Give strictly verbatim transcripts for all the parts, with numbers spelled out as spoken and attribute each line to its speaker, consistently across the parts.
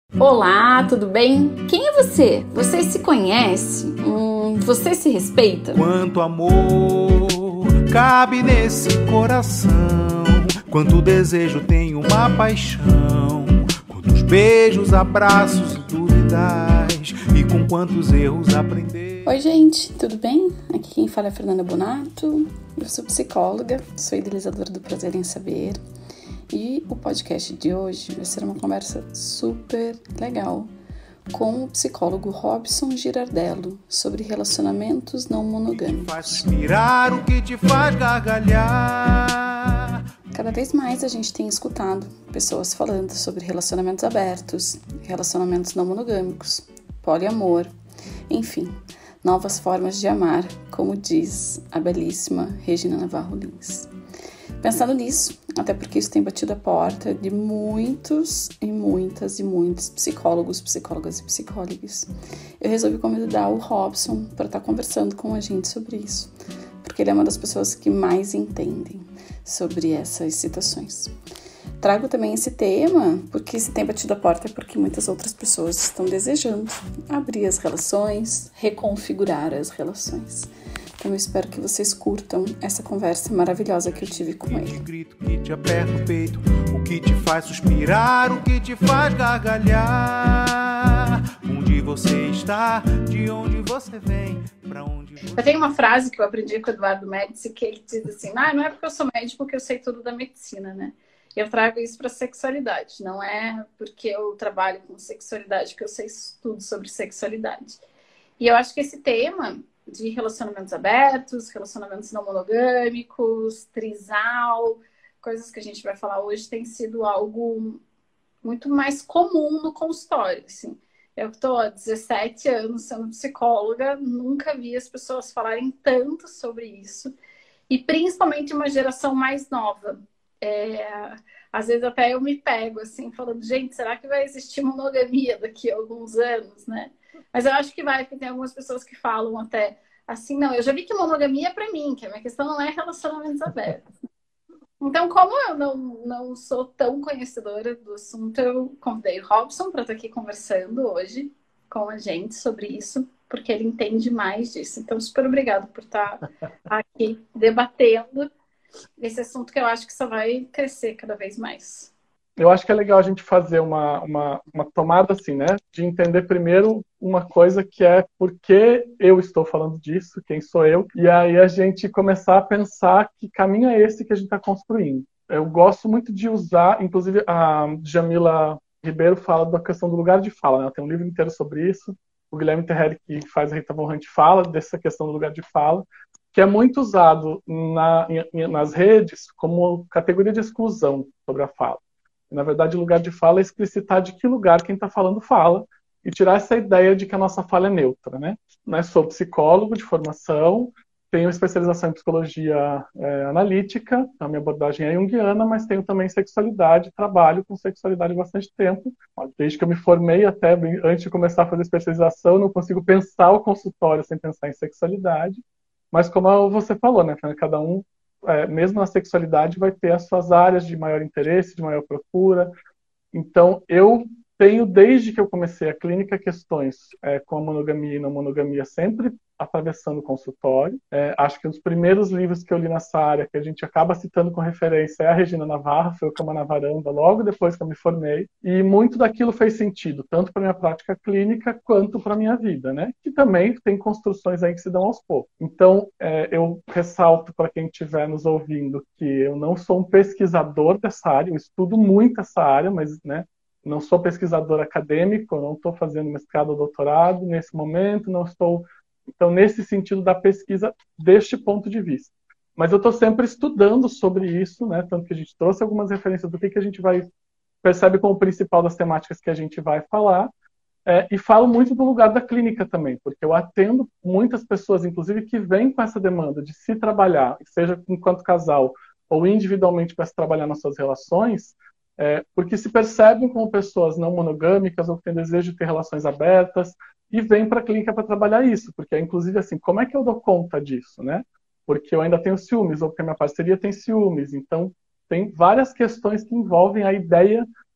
Speaker 1: Olá, tudo bem? Quem é você? Você se conhece? Hum, você se respeita?
Speaker 2: Quanto amor cabe nesse coração, quanto desejo tem uma paixão, quantos beijos, abraços e dúvidas, e com quantos erros aprender.
Speaker 1: Oi gente, tudo bem? Aqui quem fala é a Fernanda Bonato, eu sou psicóloga, sou idealizadora do Prazer em Saber. E o podcast de hoje vai ser uma conversa super legal com o psicólogo Robson Girardello sobre relacionamentos não monogâmicos.
Speaker 2: Faz suspirar, o que te faz gargalhar.
Speaker 1: Cada vez mais a gente tem escutado pessoas falando sobre relacionamentos abertos, relacionamentos não monogâmicos, poliamor, enfim, novas formas de amar, como diz a belíssima Regina Navarro Lins. Pensando nisso, até porque isso tem batido a porta de muitos e muitas e muitos psicólogos, psicólogas e psicólogos, eu resolvi convidar o Robson para estar conversando com a gente sobre isso, porque ele é uma das pessoas que mais entendem sobre essas situações. Trago também esse tema, porque se tem batido a porta é porque muitas outras pessoas estão desejando abrir as relações, reconfigurar as relações. Então eu espero que vocês curtam essa conversa maravilhosa que eu tive com ele.
Speaker 2: Que te grito, que te aperta o peito, o que te faz suspirar, o que te faz gargalhar. Onde você está, de onde você vem, pra onde você...
Speaker 1: Eu tenho uma frase que eu aprendi com o Eduardo Médici, que ele diz assim, ah, não é porque eu sou médico que eu sei tudo da medicina, né? Eu trago isso para sexualidade, não é porque eu trabalho com sexualidade que eu sei tudo sobre sexualidade. E eu acho que esse tema de relacionamentos abertos, relacionamentos não monogâmicos, trisal, coisas que a gente vai falar hoje, tem sido algo muito mais comum no consultório. Assim. Eu estou há dezessete anos sendo psicóloga, nunca vi as pessoas falarem tanto sobre isso, e principalmente uma geração mais nova. É, às vezes até eu me pego assim, falando, gente, será que vai existir monogamia daqui a alguns anos, né? Mas eu acho que vai, porque tem algumas pessoas que falam até assim, não, eu já vi que monogamia é pra mim, que a minha questão não é relacionamentos abertos. Então, como eu não, não sou tão conhecedora do assunto, eu convidei o Robson para estar aqui conversando hoje com a gente sobre isso, porque ele entende mais disso. Então, super obrigado por estar aqui debatendo esse assunto que eu acho que só vai crescer cada vez mais.
Speaker 3: Eu acho que é legal a gente fazer uma, uma, uma tomada assim, né? De entender primeiro uma coisa que é por que eu estou falando disso, quem sou eu, e aí a gente começar a pensar que caminho é esse que a gente está construindo. Eu gosto muito de usar, inclusive a Jamila Ribeiro fala da questão do lugar de fala, né? Ela tem um livro inteiro sobre isso. O Guilherme Terreri, que faz a Rita Von Hunt, fala dessa questão do lugar de fala, que é muito usado na, em, nas redes como categoria de exclusão sobre a fala. Na verdade, o lugar de fala é explicitar de que lugar quem está falando fala e tirar essa ideia de que a nossa fala é neutra, né? Eu sou psicólogo de formação, tenho especialização em psicologia é, analítica, a minha abordagem é junguiana, mas tenho também sexualidade, trabalho com sexualidade há bastante tempo. Desde que eu me formei até antes de começar a fazer especialização, não consigo pensar o consultório sem pensar em sexualidade. Mas como você falou, né, cada um, é, mesmo na sexualidade, vai ter as suas áreas de maior interesse, de maior procura. Então, eu tenho, desde que eu comecei a clínica, questões é, com a monogamia e não monogamia sempre atravessando o consultório. É, acho que os primeiros livros que eu li nessa área, que a gente acaba citando com referência, é a Regina Navarro, foi o Cama na Varanda, logo depois que eu me formei. E muito daquilo fez sentido, tanto para a minha prática clínica, quanto para a minha vida, né? Que também tem construções aí que se dão aos poucos. Então, é, eu ressalto para quem estiver nos ouvindo que eu não sou um pesquisador dessa área, eu estudo muito essa área, mas, né, não sou pesquisador acadêmico, não estou fazendo mestrado ou doutorado nesse momento, não estou... Então, nesse sentido da pesquisa, deste ponto de vista. Mas eu estou sempre estudando sobre isso, né? Tanto que a gente trouxe algumas referências do que, que a gente vai... percebe como principal das temáticas que a gente vai falar. É, e falo muito do lugar da clínica também, porque eu atendo muitas pessoas, inclusive, que vêm com essa demanda de se trabalhar, seja enquanto casal ou individualmente para se trabalhar nas suas relações, é, porque se percebem como pessoas não monogâmicas ou que têm desejo de ter relações abertas, e vem para a clínica para trabalhar isso, porque, inclusive, assim, como é que eu dou conta disso, né? Porque eu ainda tenho ciúmes, ou porque a minha parceria tem ciúmes, então tem várias questões que envolvem a ideia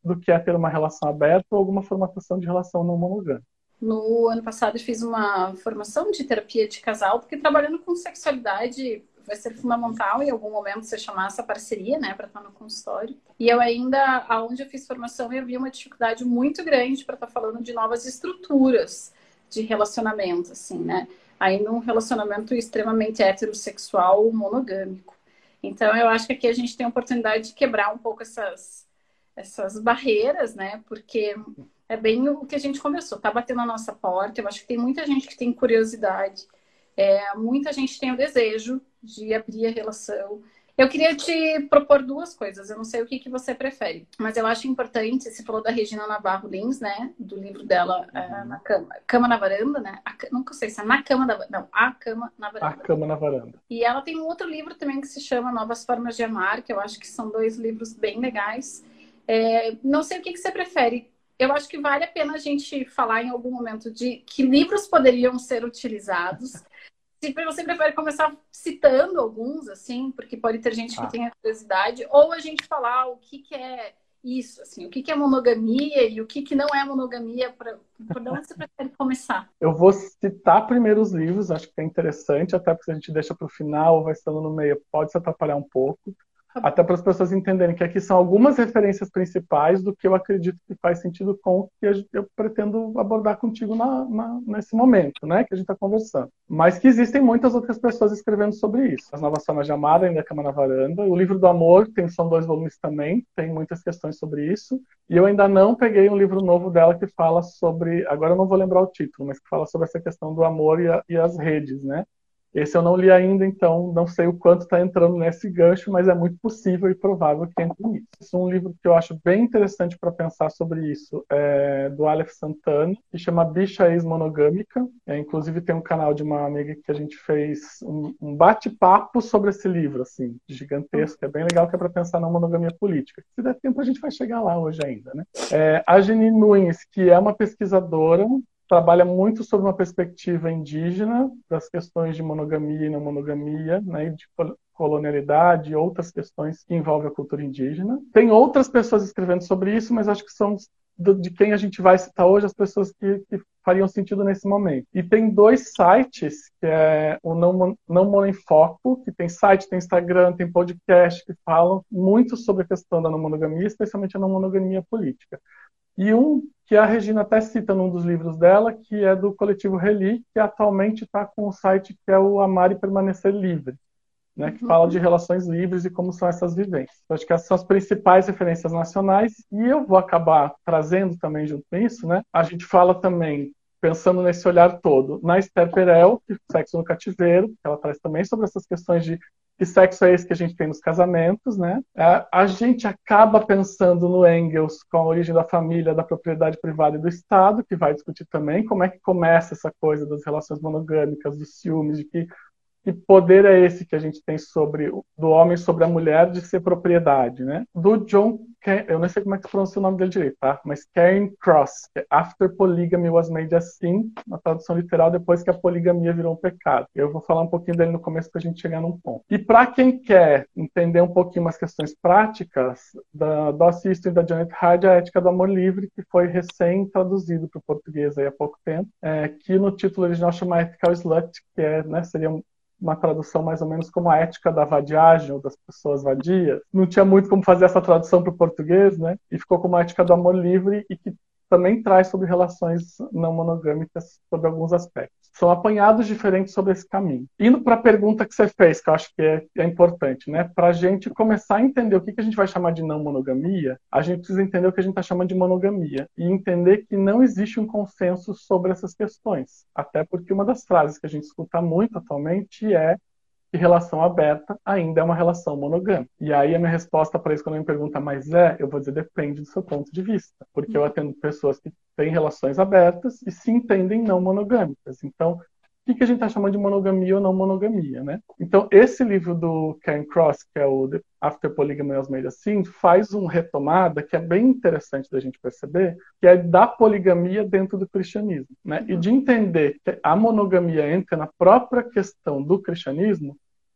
Speaker 3: do que é ter uma relação aberta ou alguma formatação de relação não monogâmica.
Speaker 1: No ano passado eu fiz uma formação de terapia de casal, porque trabalhando com sexualidade vai ser fundamental em algum momento você chamar essa parceria, né, para estar no consultório. E eu ainda, aonde eu fiz formação, eu vi uma dificuldade muito grande para estar falando de novas estruturas de relacionamento, assim, né? Ainda um relacionamento extremamente heterossexual, monogâmico. Então eu acho que aqui a gente tem a oportunidade de quebrar um pouco essas, essas barreiras, né? Porque é bem o que a gente conversou, tá batendo na nossa porta. Eu acho que tem muita gente que tem curiosidade, é, muita gente tem o desejo de abrir a relação. Eu queria te propor duas coisas, eu não sei o que, que você prefere, mas eu acho importante, você falou da Regina Navarro Lins, né, do livro dela, é, na cama, cama na Varanda, né, a, nunca sei se é Na Cama da não, A Cama na Varanda.
Speaker 3: A Cama na Varanda.
Speaker 1: E ela tem um outro livro também que se chama Novas Formas de Amar, que eu acho que são dois livros bem legais. É, não sei o que, que você prefere. Eu acho que vale a pena a gente falar em algum momento de que livros poderiam ser utilizados. Se você prefere começar citando alguns, assim, porque pode ter gente que ah. tenha curiosidade, ou a gente falar o que, que é isso, assim, o que, que é monogamia e o que, que não é monogamia, para onde você prefere começar?
Speaker 3: Eu vou citar primeiro os livros, acho que é interessante, até porque se a gente deixa para o final ou vai estando no meio, pode se atrapalhar um pouco. Até para as pessoas entenderem que aqui são algumas referências principais do que eu acredito que faz sentido com o que eu pretendo abordar contigo na, na, nesse momento, né, que a gente está conversando. Mas que existem muitas outras pessoas escrevendo sobre isso. As Novas Formas de Amar, ainda Cama na Varanda. O Livro do Amor, tem, são dois volumes também, tem muitas questões sobre isso. E eu ainda não peguei um livro novo dela que fala sobre, agora eu não vou lembrar o título, mas que fala sobre essa questão do amor e, a, e as redes, né? Esse eu não li ainda, então não sei o quanto está entrando nesse gancho, mas é muito possível e provável que entre nisso. Esse é um livro que eu acho bem interessante para pensar sobre isso, é do Aleph Santana, que chama Bicha Ex-Monogâmica. É, inclusive tem um canal de uma amiga que a gente fez um, um bate-papo sobre esse livro, assim, gigantesco, que é bem legal, que é para pensar na monogamia política. Se der tempo a gente vai chegar lá hoje ainda, né? É, a Jenny Nunes, que é uma pesquisadora, trabalha muito sobre uma perspectiva indígena, das questões de monogamia e não monogamia, né, de colonialidade e outras questões que envolvem a cultura indígena. Tem outras pessoas escrevendo sobre isso, mas acho que são de quem a gente vai citar hoje as pessoas que, que fariam sentido nesse momento. E tem dois sites, que é o Não, não Mono em Foco, que tem site, tem Instagram, tem podcast, que falam muito sobre a questão da não monogamia, especialmente a não monogamia política. E um que a Regina até cita num dos livros dela, que é do coletivo Reli, que atualmente está com um site que é o Amar e Permanecer Livre, né, que uhum. fala de relações livres e como são essas vivências. Eu acho que essas são as principais referências nacionais, e eu vou acabar trazendo também junto com isso, né? A gente fala também, pensando nesse olhar todo, na Esther Perel, que Sexo no Cativeiro, que ela traz também sobre essas questões de que sexo é esse que a gente tem nos casamentos, né? A gente acaba pensando no Engels com a origem da família, da propriedade privada e do Estado, que vai discutir também como é que começa essa coisa das relações monogâmicas, dos ciúmes, de que, que poder é esse que a gente tem sobre do homem sobre a mulher de ser propriedade, né? Do John, eu não sei como é que se pronuncia o nome dele direito, tá? Mas Cairn Cross, que é After Polygamy Was Made a Sin, na tradução literal, depois que a poligamia virou um pecado. Eu vou falar um pouquinho dele no começo para a gente chegar num ponto. E para quem quer entender um pouquinho umas questões práticas, da Dossie Easton e da Janet Hyde, A Ética do Amor Livre, que foi recém-traduzido para o português aí há pouco tempo, é, que no título original chama Ethical Slut, que é, né, seria um uma tradução mais ou menos como a ética da vadiagem, ou das pessoas vadias. Não tinha muito como fazer essa tradução para o português, né? E ficou como a ética do amor livre, e que também traz sobre relações não monogâmicas, sobre alguns aspectos. São apanhados diferentes sobre esse caminho. Indo para a pergunta que você fez, que eu acho que é, é importante, né? Para a gente começar a entender o que, que a gente vai chamar de não monogamia, a gente precisa entender o que a gente está chamando de monogamia. E entender que não existe um consenso sobre essas questões. Até porque uma das frases que a gente escuta muito atualmente é que relação aberta ainda é uma relação monogâmica. E aí a minha resposta para isso, quando me pergunta, mas é, eu vou dizer, depende do seu ponto de vista. Porque eu atendo pessoas que têm relações abertas e se entendem não monogâmicas. Então, o que a gente está chamando de monogamia ou não monogamia, né? Então, esse livro do Cairn Cross, que é o After Polygamy Was Made a Sin, faz uma retomada que é bem interessante da gente perceber, que é da poligamia dentro do cristianismo, né? E de entender que a monogamia entra na própria questão do cristianismo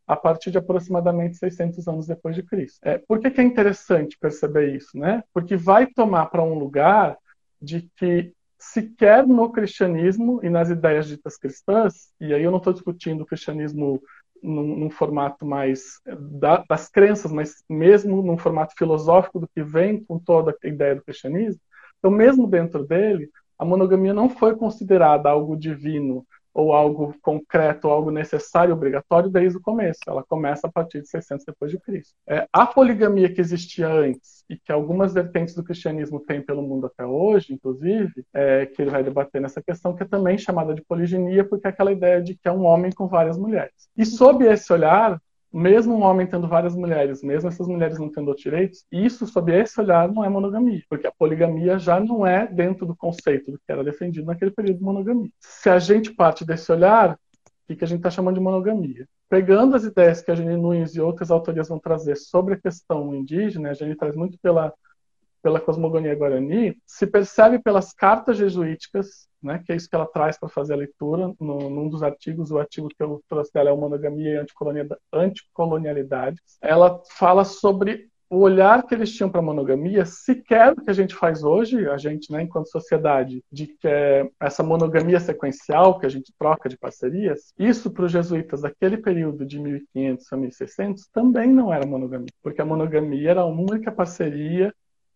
Speaker 3: a partir de aproximadamente seiscentos anos depois de Cristo. É, por que que é interessante perceber isso, né? Porque vai tomar para um lugar de que sequer no cristianismo e nas ideias ditas cristãs, e aí eu não estou discutindo o cristianismo num, num formato mais da, das crenças, mas mesmo num formato filosófico do que vem com toda a ideia do cristianismo, então mesmo dentro dele, a monogamia não foi considerada algo divino ou algo concreto, ou algo necessário, obrigatório, desde o começo. Ela começa a partir de seiscentos depois de Cristo. É, a poligamia que existia antes, e que algumas vertentes do cristianismo têm pelo mundo até hoje, inclusive, é, que ele vai debater nessa questão, que é também chamada de poliginia, porque é aquela ideia de que é um homem com várias mulheres. E sob esse olhar, mesmo um homem tendo várias mulheres, mesmo essas mulheres não tendo direitos, isso, sob esse olhar, não é monogamia, porque a poligamia já não é dentro do conceito do que era defendido naquele período de monogamia. Se a gente parte desse olhar, o que a gente está chamando de monogamia? Pegando as ideias que a Jenny Nunes e outras autorias vão trazer sobre a questão indígena, a Jenny traz muito pela, pela cosmogonia guarani, se percebe pelas cartas jesuíticas, né, que é isso que ela traz para fazer a leitura, no, num dos artigos, o artigo que eu trouxe dela é o Monogamia e Anticolonialidades. Ela fala sobre o olhar que eles tinham para a monogamia, sequer o que a gente faz hoje, a gente, né, enquanto sociedade, de que é essa monogamia sequencial, que a gente troca de parcerias, isso para os jesuítas daquele período de mil e quinhentos a mil e seiscentos também não era monogamia, porque a monogamia era uma única parceria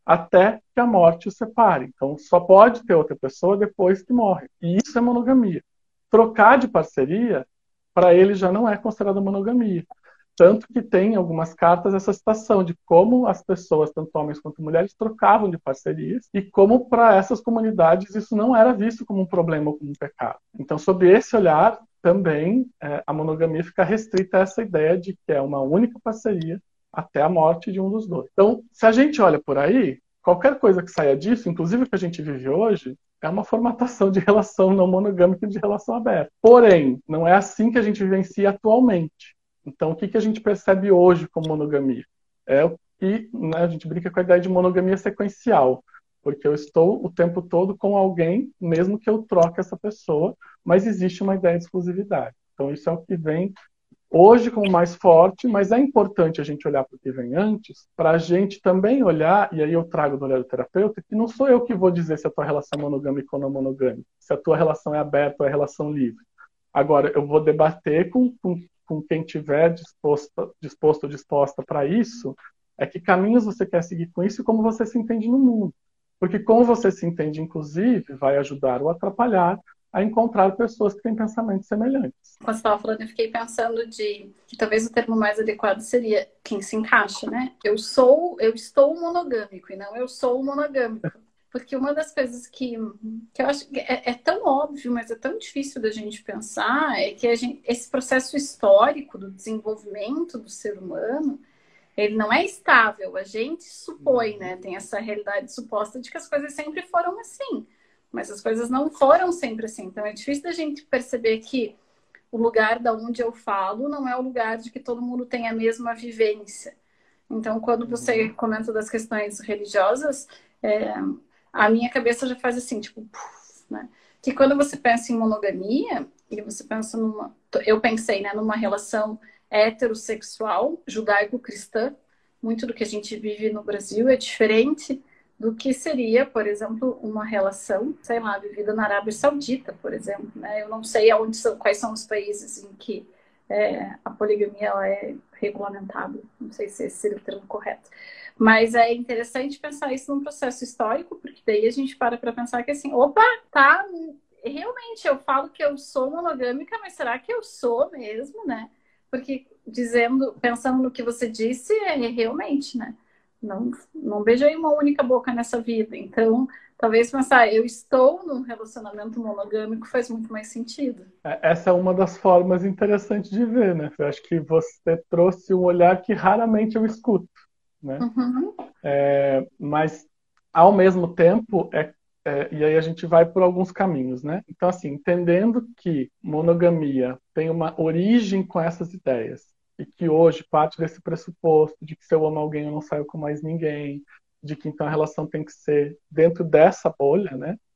Speaker 3: até que a morte o separe. Então, só pode ter outra pessoa depois que morre. E isso é monogamia. Trocar de parceria, para ele, já não é considerado monogamia. Tanto que tem em algumas cartas essa citação de como as pessoas, tanto homens quanto mulheres, trocavam de parcerias e como para essas comunidades isso não era visto como um problema ou como um pecado. Então, sob esse olhar, também é, a monogamia fica restrita a essa ideia de que é uma única parceria até a morte de um dos dois. Então, se a gente olha por aí, qualquer coisa que saia disso, inclusive o que a gente vive hoje, é uma formatação de relação não monogâmica e de relação aberta. Porém, não é assim que a gente vivencia atualmente. Então, o que, que a gente percebe hoje como monogamia? É o que, né, a gente brinca com a ideia de monogamia sequencial, porque eu estou o tempo todo com alguém, mesmo que eu troque essa pessoa, mas existe uma ideia de exclusividade. Então, isso é o que vem hoje como mais forte, mas é importante a gente olhar para o que vem antes, para a gente também olhar, e aí eu trago do olhar do terapeuta, que não sou eu que vou dizer se a tua relação é monogâmica ou não monogâmica, se a tua relação é aberta ou é relação livre. Agora, eu vou debater com, com, com quem estiver disposto, disposto ou disposta para isso, é que caminhos você quer seguir com isso e como você se entende no mundo. Porque como você se entende, inclusive, vai ajudar ou atrapalhar a encontrar pessoas que têm pensamentos semelhantes.
Speaker 1: Quando você estava falando, eu fiquei pensando de que talvez o termo mais adequado seria quem se encaixa, né? Eu sou, eu estou monogâmico e não eu sou monogâmico. Porque uma das coisas que, que eu acho que é, é tão óbvio, mas é tão difícil da gente pensar, é que a gente, esse processo histórico do desenvolvimento do ser humano, ele não é estável. A gente supõe, né? Tem essa realidade suposta de que as coisas sempre foram assim. Mas as coisas não foram sempre assim. Então é difícil da gente perceber que o lugar da onde eu falo não é o lugar de que todo mundo tem a mesma vivência. Então, quando você comenta das questões religiosas, é, a minha cabeça já faz assim, tipo, puf, né? Que quando você pensa em monogamia, e você pensa numa... Eu pensei, né, numa relação heterossexual, judaico-cristã, muito do que a gente vive no Brasil é diferente do que seria, por exemplo, uma relação, sei lá, vivida na Arábia Saudita, por exemplo, né? Eu não sei aonde são, quais são os países em que é, a poligamia ela é regulamentada, não sei se esse seria o termo correto, mas é interessante pensar isso num processo histórico, porque daí a gente para para pensar que assim, opa, tá, realmente eu falo que eu sou monogâmica, mas será que eu sou mesmo, né? Porque dizendo, pensando no que você disse, é realmente, né? Não, não beijei uma única boca nessa vida. Então, talvez pensar, eu estou num relacionamento monogâmico faz muito mais sentido.
Speaker 3: Essa é uma das formas interessantes de ver, né? Eu acho que você trouxe um olhar que raramente eu escuto, né?
Speaker 1: Uhum.
Speaker 3: É, mas, ao mesmo tempo, é, é, e aí a gente vai por alguns caminhos, né? Então, assim, entendendo que monogamia tem uma origem com essas ideias, e que hoje parte desse pressuposto de que se eu amo alguém eu não saio com mais ninguém, de que então a relação tem que ser dentro dessa bolha, né?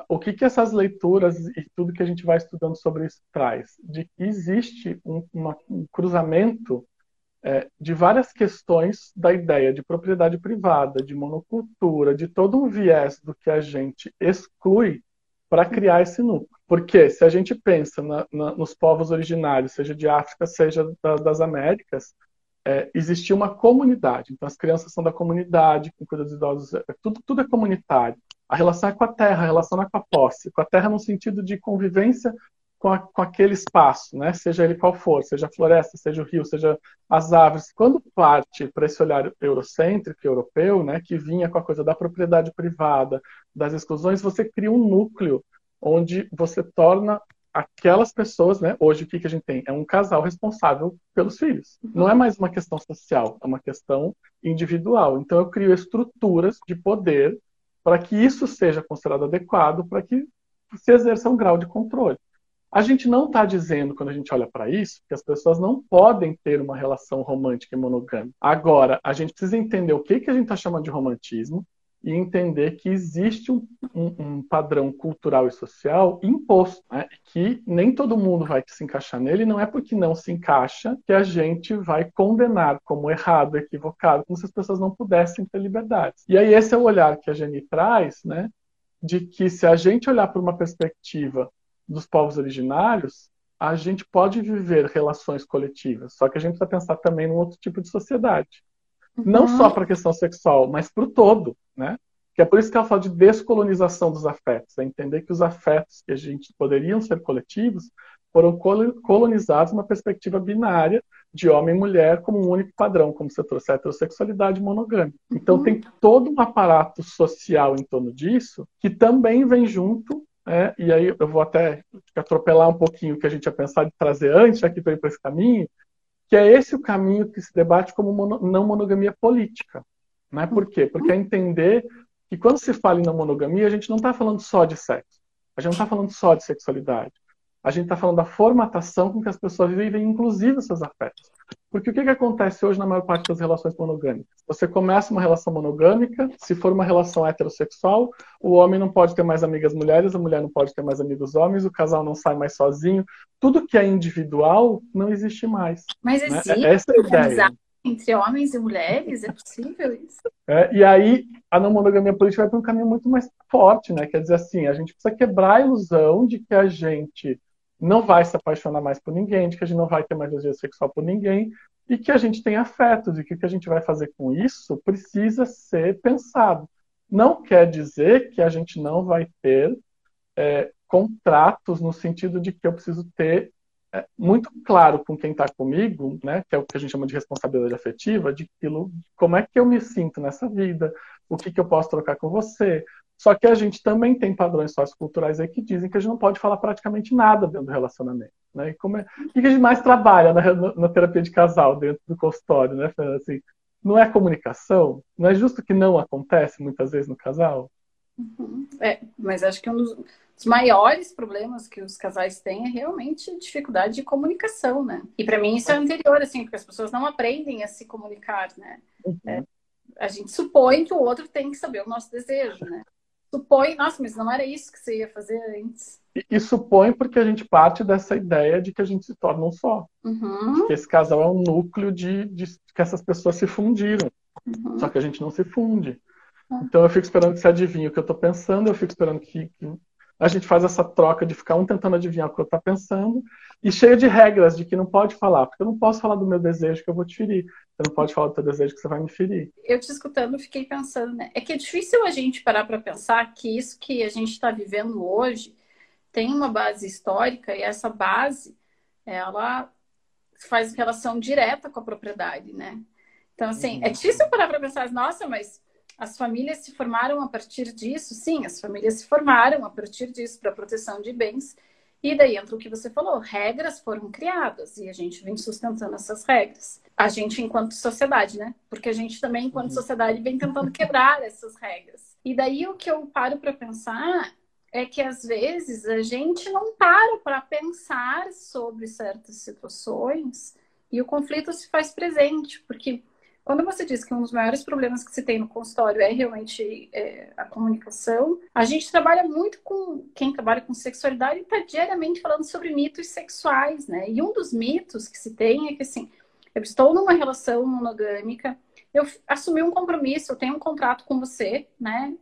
Speaker 3: o que, que essas leituras e tudo que a gente vai estudando sobre isso traz? De que existe um, uma, um cruzamento é, de várias questões da ideia de propriedade privada, de monocultura, de todo um viés do que a gente exclui para criar esse núcleo. Porque se a gente pensa na, na, nos povos originários, seja de África, seja da, das Américas, é, existia uma comunidade. Então as crianças são da comunidade, quem cuida dos idosos, é, tudo, tudo é comunitário. A relação é com a terra, a relação é com a posse. Com a terra no sentido de convivência com, a, com aquele espaço, né? Seja ele qual for, seja a floresta, seja o rio, seja as árvores. Quando parte para esse olhar eurocêntrico, europeu, né, que vinha com a coisa da propriedade privada, das exclusões, você cria um núcleo onde você torna aquelas pessoas, né? Hoje o que, que a gente tem? É um casal responsável pelos filhos. Não é mais uma questão social, é uma questão individual. Então eu crio estruturas de poder para que isso seja considerado adequado, para que se exerça um grau de controle. A gente não está dizendo, quando a gente olha para isso, que as pessoas não podem ter uma relação romântica e monogâmica. Agora, a gente precisa entender o que, que a gente está chamando de romantismo e entender que existe um, um, um padrão cultural e social imposto, né? Que nem todo mundo vai se encaixar nele, não é porque não se encaixa que a gente vai condenar como errado, equivocado, como se as pessoas não pudessem ter liberdades. E aí esse é o olhar que a Geni traz, né? De que se a gente olhar por uma perspectiva dos povos originários, a gente pode viver relações coletivas, só que a gente precisa pensar também num outro tipo de sociedade. Uhum. Não só para a questão sexual, mas para o todo, né? Que é por isso que ela fala de descolonização dos afetos, é entender que os afetos que a gente poderiam ser coletivos foram colonizados numa perspectiva binária de homem e mulher como um único padrão, como você trouxe, a heterossexualidade monogâmica. Uhum. Então tem todo um aparato social em torno disso que também vem junto. É, e aí eu vou até atropelar um pouquinho o que a gente ia pensar de trazer antes, aqui para ir para esse caminho, que é esse o caminho que se debate como mono, não monogamia política. Né? Por quê? Porque é entender que quando se fala em não monogamia, a gente não está falando só de sexo, a gente não está falando só de sexualidade, a gente está falando da formatação com que as pessoas vivem, inclusive os seus afetos. Porque o que, que acontece hoje na maior parte das relações monogâmicas? Você começa uma relação monogâmica, se for uma relação heterossexual, o homem não pode ter mais amigas mulheres, a mulher não pode ter mais amigos homens, o casal não sai mais sozinho. Tudo que é individual não existe mais.
Speaker 1: Mas
Speaker 3: né?
Speaker 1: existe
Speaker 3: Essa é a ideia.
Speaker 1: Amizade entre homens e mulheres? É possível isso?
Speaker 3: É, e aí a não monogamia política vai para um caminho muito mais forte, né? Quer dizer assim, a gente precisa quebrar a ilusão de que a gente não vai se apaixonar mais por ninguém, de que a gente não vai ter mais desejo sexual por ninguém, e que a gente tem afetos, e que o que a gente vai fazer com isso precisa ser pensado. Não quer dizer que a gente não vai ter é, contratos no sentido de que eu preciso ter é, muito claro com quem está comigo, né, que é o que a gente chama de responsabilidade afetiva, de aquilo, como é que eu me sinto nessa vida, o que, que eu posso trocar com você. Só que a gente também tem padrões socioculturais aí que dizem que a gente não pode falar praticamente nada dentro do relacionamento. Né? E como é... O que a gente mais trabalha na, na terapia de casal, dentro do consultório? Né? Assim, não é comunicação? Não é justo que não acontece muitas vezes no casal?
Speaker 1: Uhum. É, mas acho que um dos, dos maiores problemas que os casais têm é realmente dificuldade de comunicação, né? E para mim isso é anterior, assim, porque as pessoas não aprendem a se comunicar, né? Uhum. É, a gente supõe que o outro tem que saber o nosso desejo, né? Supõe, nossa, mas não era isso que você ia fazer antes.
Speaker 3: E, e supõe porque a gente parte dessa ideia de que a gente se torna um só. Uhum. Que esse casal é um núcleo de, de que essas pessoas se fundiram. Uhum. Só que a gente não se funde. Uhum. Então eu fico esperando que você adivinhe o que eu estou pensando, eu fico esperando que, que a gente faz essa troca de ficar um tentando adivinhar o que eu estou pensando, e cheio de regras de que não pode falar, porque eu não posso falar do meu desejo que eu vou te ferir. Você não pode falar do teu desejo que você vai me ferir.
Speaker 1: Eu te escutando, fiquei pensando, né? É que é difícil a gente parar para pensar que isso que a gente está vivendo hoje tem uma base histórica, e essa base, ela faz relação direta com a propriedade, né? Então, assim, uhum. é difícil parar para pensar, nossa, mas as famílias se formaram a partir disso? Sim, as famílias se formaram a partir disso para proteção de bens. E daí entra o que você falou, regras foram criadas e a gente vem sustentando essas regras. A gente enquanto sociedade, né? Porque a gente também, enquanto uhum. sociedade, vem tentando quebrar essas regras. E daí o que eu paro para pensar é que, às vezes, a gente não para para pensar sobre certas situações e o conflito se faz presente. Porque Quando você diz que um dos maiores problemas que se tem no consultório é realmente é, a comunicação, a gente trabalha muito com quem trabalha com sexualidade e está diariamente falando sobre mitos sexuais, né? E um dos mitos que se tem é que, assim, eu estou numa relação monogâmica, eu assumi um compromisso, eu tenho um contrato com você, né?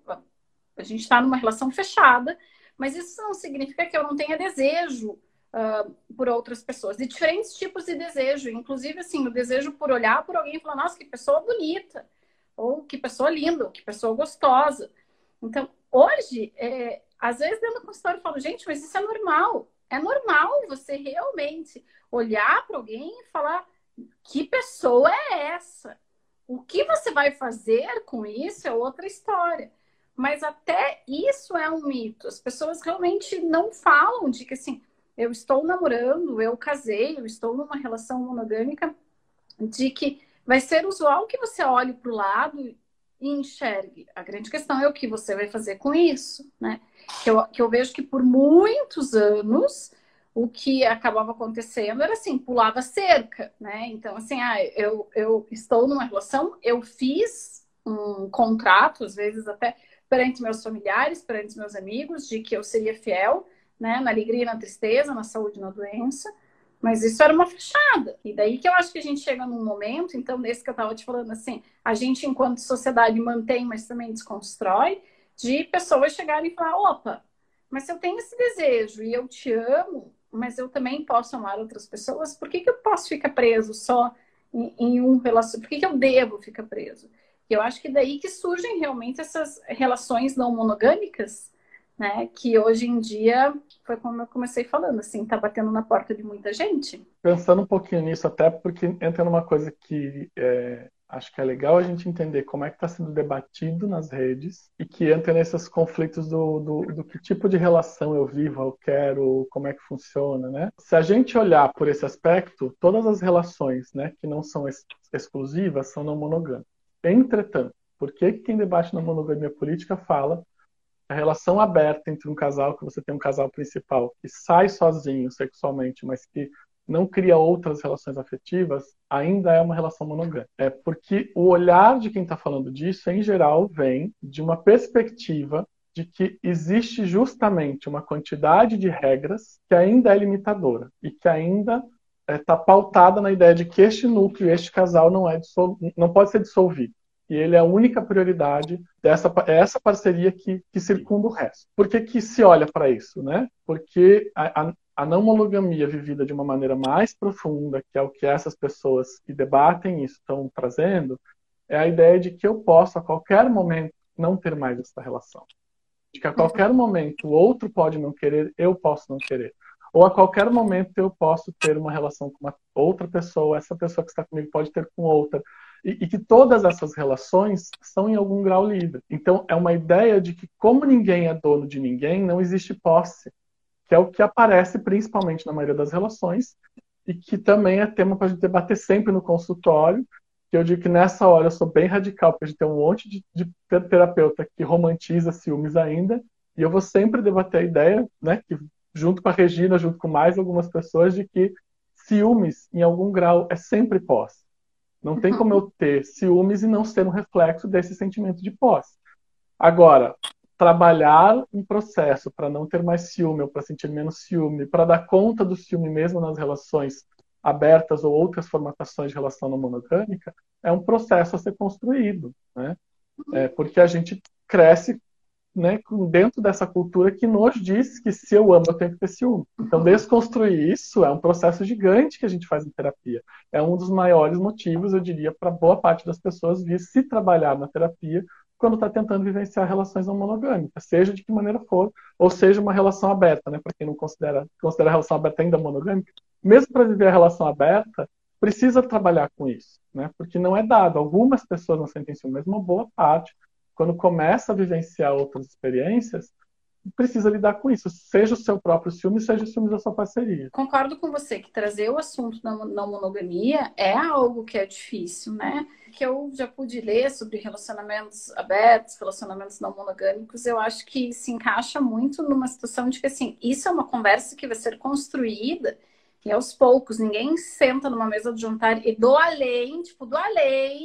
Speaker 1: A gente está numa relação fechada, mas isso não significa que eu não tenha desejo Uh, por outras pessoas, de diferentes tipos de desejo, inclusive assim, o desejo por olhar por alguém e falar, nossa, que pessoa bonita, ou que pessoa linda, ou que pessoa gostosa. Então, hoje, é, às vezes dentro do consultório eu falo, gente, mas isso é normal, é normal você realmente olhar para alguém e falar, que pessoa é essa? O que você vai fazer com isso é outra história. Mas até isso é um mito, as pessoas realmente não falam de que assim, eu estou namorando, eu casei, eu estou numa relação monogâmica, de que vai ser usual que você olhe para o lado e enxergue. A grande questão é o que você vai fazer com isso, né? Que eu, que eu vejo que por muitos anos o que acabava acontecendo era assim, pulava cerca, né? Então, assim, ah, eu, eu estou numa relação, eu fiz um contrato, às vezes até perante meus familiares, perante meus amigos, de que eu seria fiel, né, na alegria e na tristeza, na saúde e na doença, mas isso era uma fachada. E daí que eu acho que a gente chega num momento, então, desse que eu estava te falando, assim, a gente, enquanto sociedade, mantém, mas também desconstrói, de pessoas chegarem e falar, opa, mas se eu tenho esse desejo e eu te amo, mas eu também posso amar outras pessoas, por que que eu posso ficar preso só em, em um relacionamento? Por que que eu devo ficar preso? E eu acho que daí que surgem realmente essas relações não monogâmicas, né, que hoje em dia, foi como eu comecei falando, assim, tá batendo na porta de muita gente.
Speaker 3: Pensando um pouquinho nisso, até porque entra numa coisa que é, acho que é legal a gente entender como é que está sendo debatido nas redes e que entra nesses conflitos do, do, do que tipo de relação eu vivo, eu quero, como é que funciona, né? Se a gente olhar por esse aspecto, todas as relações, né, que não são ex exclusivas são não monogâmicas. Entretanto, por que quem debate na monogamia política fala a relação aberta entre um casal, que você tem um casal principal que sai sozinho sexualmente, mas que não cria outras relações afetivas, ainda é uma relação monogâmica. É porque o olhar de quem está falando disso, em geral, vem de uma perspectiva de que existe justamente uma quantidade de regras que ainda é limitadora e que ainda está é, pautada na ideia de que este núcleo, este casal não, é dissol... não pode ser dissolvido. E ele é a única prioridade dessa é essa parceria que, que circunda o resto. Por que que se olha para isso, né? Porque a, a, a não monogamia vivida de uma maneira mais profunda, que é o que essas pessoas que debatem isso estão trazendo, é a ideia de que eu posso, a qualquer momento, não ter mais essa relação. De que a qualquer momento o outro pode não querer, eu posso não querer. Ou a qualquer momento eu posso ter uma relação com uma outra pessoa, essa pessoa que está comigo pode ter com outra. E, e que todas essas relações são em algum grau livre. Então, é uma ideia de que, como ninguém é dono de ninguém, não existe posse, que é o que aparece principalmente na maioria das relações, e que também é tema para a gente debater sempre no consultório, que eu digo que nessa hora eu sou bem radical, porque a gente tem um monte de, de terapeuta que romantiza ciúmes ainda, e eu vou sempre debater a ideia, né, que, junto com a Regina, junto com mais algumas pessoas, de que ciúmes, em algum grau, é sempre posse. Não tem como eu ter ciúmes e não ser um reflexo desse sentimento de posse. Agora, trabalhar um processo para não ter mais ciúme ou para sentir menos ciúme, para dar conta do ciúme mesmo nas relações abertas ou outras formatações de relação não monogâmica, é um processo a ser construído, né? É porque a gente cresce, né, dentro dessa cultura que nos diz que se eu amo, eu tenho que ter ciúme. Então, desconstruir isso é um processo gigante que a gente faz em terapia. É um dos maiores motivos, eu diria, para boa parte das pessoas vir se trabalhar na terapia quando está tentando vivenciar relações não monogâmicas, seja de que maneira for, ou seja uma relação aberta, né, para quem não considera, considera a relação aberta ainda monogâmica. Mesmo para viver a relação aberta, precisa trabalhar com isso, né, porque não é dado. Algumas pessoas não sentem ciúme, mas uma boa parte, quando começa a vivenciar outras experiências, precisa lidar com isso, seja o seu próprio ciúme, seja o ciúme da sua parceria.
Speaker 1: Concordo com você que trazer o assunto da não monogamia é algo que é difícil, né? Que eu já pude ler sobre relacionamentos abertos, relacionamentos não monogâmicos, eu acho que se encaixa muito numa situação de que, assim, isso é uma conversa que vai ser construída e aos poucos, ninguém senta numa mesa de jantar e do além, tipo, do além,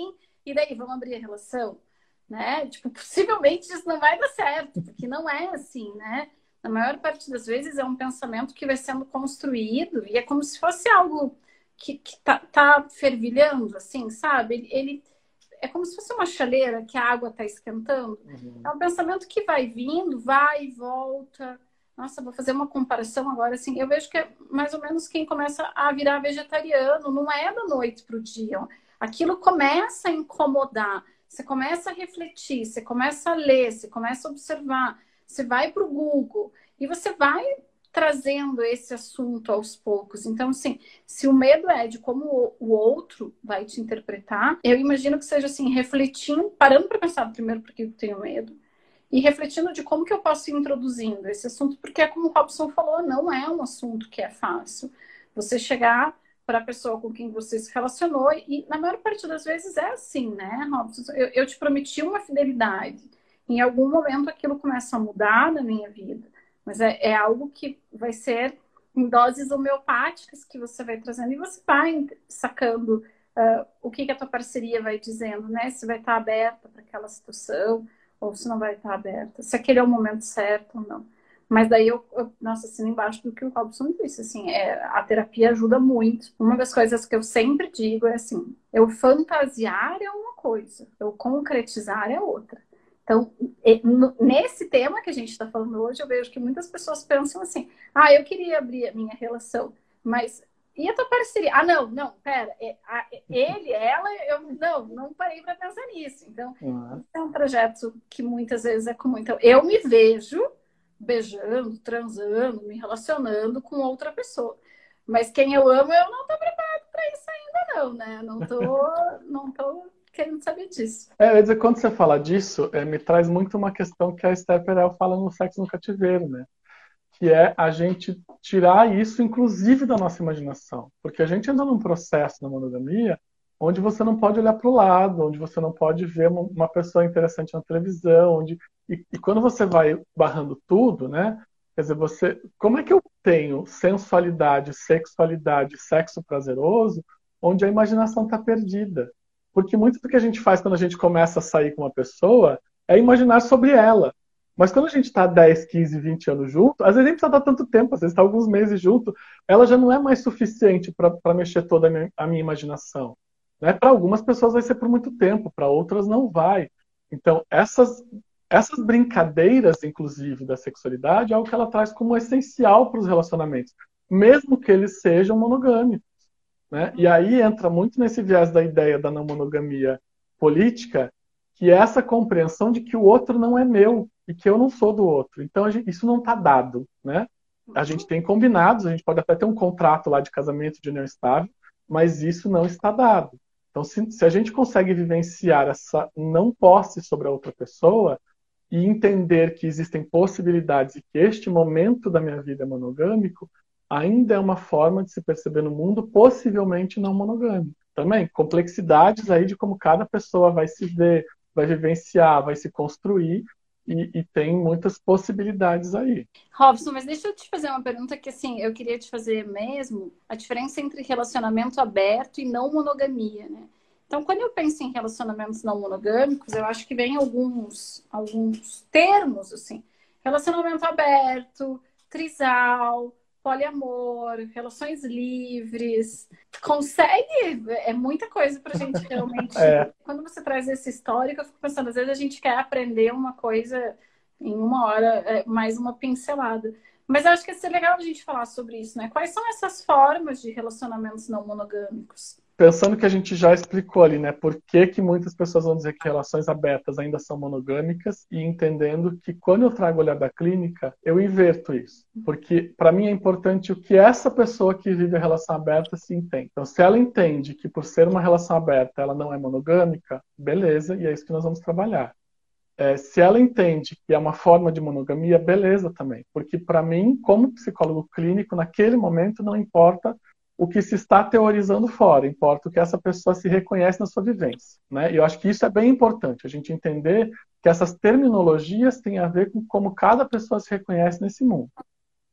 Speaker 1: e daí, vamos abrir a relação? Né? Tipo, possivelmente isso não vai dar certo, porque não é assim, né? Na maior parte das vezes é um pensamento que vai sendo construído e é como se fosse algo que, que tá, tá fervilhando, assim, sabe? Ele, ele é como se fosse uma chaleira que a água tá esquentando.
Speaker 3: Uhum.
Speaker 1: É um pensamento que vai vindo, vai e volta. Nossa, vou fazer uma comparação agora, assim, eu vejo que é mais ou menos quem começa a virar vegetariano, não é da noite pro dia. Aquilo começa a incomodar. Você começa a refletir, você começa a ler, você começa a observar, você vai para o Google e você vai trazendo esse assunto aos poucos. Então, assim, se o medo é de como o outro vai te interpretar, eu imagino que seja assim, refletindo, parando para pensar primeiro por que eu tenho medo e refletindo de como que eu posso ir introduzindo esse assunto, porque é como o Robson falou, não é um assunto que é fácil. Você chegar para a pessoa com quem você se relacionou, e na maior parte das vezes é assim, né, Robson? Eu, eu te prometi uma fidelidade. Em algum momento aquilo começa a mudar na minha vida, mas é, é algo que vai ser em doses homeopáticas que você vai trazendo, e você vai sacando uh, o que, que a tua parceria vai dizendo, né? Se vai estar aberta para aquela situação, ou se não vai estar aberta, se aquele é o momento certo ou não. Mas daí eu, eu nossa, assino embaixo do que o Robson disse, assim, é, a terapia ajuda muito. Uma das coisas que eu sempre digo é assim, eu fantasiar é uma coisa, eu concretizar é outra. Então, nesse tema que a gente está falando hoje, eu vejo que muitas pessoas pensam assim, ah, eu queria abrir a minha relação, mas e a tua parceria? Ah, não, não, pera, ele, ela, eu não, não parei para pensar nisso. Então, uhum. É um projeto que muitas vezes é comum. Então, eu me vejo beijando, transando, me relacionando com outra pessoa. Mas quem eu amo, eu não tô preparado para isso ainda não, né? Não tô, não tô querendo saber disso.
Speaker 3: É, eu ia dizer, quando você fala disso, é, me traz muito uma questão que a Esther Perel fala no Sexo no Cativeiro, né? Que é a gente tirar isso, inclusive, da nossa imaginação. Porque a gente anda num processo na monogamia onde você não pode olhar para o lado, onde você não pode ver uma pessoa interessante na televisão, onde... E, e quando você vai barrando tudo, né? Quer dizer, você... Como é que eu tenho sensualidade, sexualidade, sexo prazeroso, onde a imaginação está perdida? Porque muito do que a gente faz quando a gente começa a sair com uma pessoa é imaginar sobre ela. Mas quando a gente está dez, quinze, vinte anos junto, às vezes a gente precisa dar tanto tempo, às vezes está alguns meses junto, ela já não é mais suficiente para mexer toda a minha, a minha imaginação. Né? Para algumas pessoas vai ser por muito tempo, para outras não vai. Então, essas, essas brincadeiras, inclusive, da sexualidade, é algo que ela traz como essencial para os relacionamentos, mesmo que eles sejam monogâmicos. Né? E aí entra muito nesse viés da ideia da não monogamia política, que é essa compreensão de que o outro não é meu e que eu não sou do outro. Então, a gente, isso não está dado. Né? A gente tem combinados, a gente pode até ter um contrato lá de casamento, de união estável, mas isso não está dado. Então, se, se a gente consegue vivenciar essa não posse sobre a outra pessoa e entender que existem possibilidades e que este momento da minha vida é monogâmico, ainda é uma forma de se perceber no mundo possivelmente não monogâmico. Também, complexidades aí de como cada pessoa vai se ver, vai vivenciar, vai se construir, e, e tem muitas possibilidades aí.
Speaker 1: Robson, mas deixa eu te fazer uma pergunta que, assim, eu queria te fazer mesmo, a diferença entre relacionamento aberto e não monogamia, né? Então, quando eu penso em relacionamentos não monogâmicos, eu acho que vem alguns, alguns termos, assim, relacionamento aberto, trisal, poliamor, relações livres. Consegue? É muita coisa pra gente realmente... É. Quando você traz esse histórico, eu fico pensando, às vezes a gente quer aprender uma coisa em uma hora, mais uma pincelada. Mas eu acho que ia ser legal a gente falar sobre isso, né? Quais são essas formas de relacionamentos não monogâmicos?
Speaker 3: Pensando que a gente já explicou ali, né? Por que que muitas pessoas vão dizer que relações abertas ainda são monogâmicas, e entendendo que quando eu trago o olhar da clínica, eu inverto isso. Porque para mim é importante o que essa pessoa que vive a relação aberta se entende. Então, se ela entende que por ser uma relação aberta ela não é monogâmica, beleza, e é isso que nós vamos trabalhar. É, se ela entende que é uma forma de monogamia, beleza também. Porque para mim, como psicólogo clínico, naquele momento não importa o que se está teorizando fora, importa o que essa pessoa se reconhece na sua vivência. Né? E eu acho que isso é bem importante, a gente entender que essas terminologias têm a ver com como cada pessoa se reconhece nesse mundo.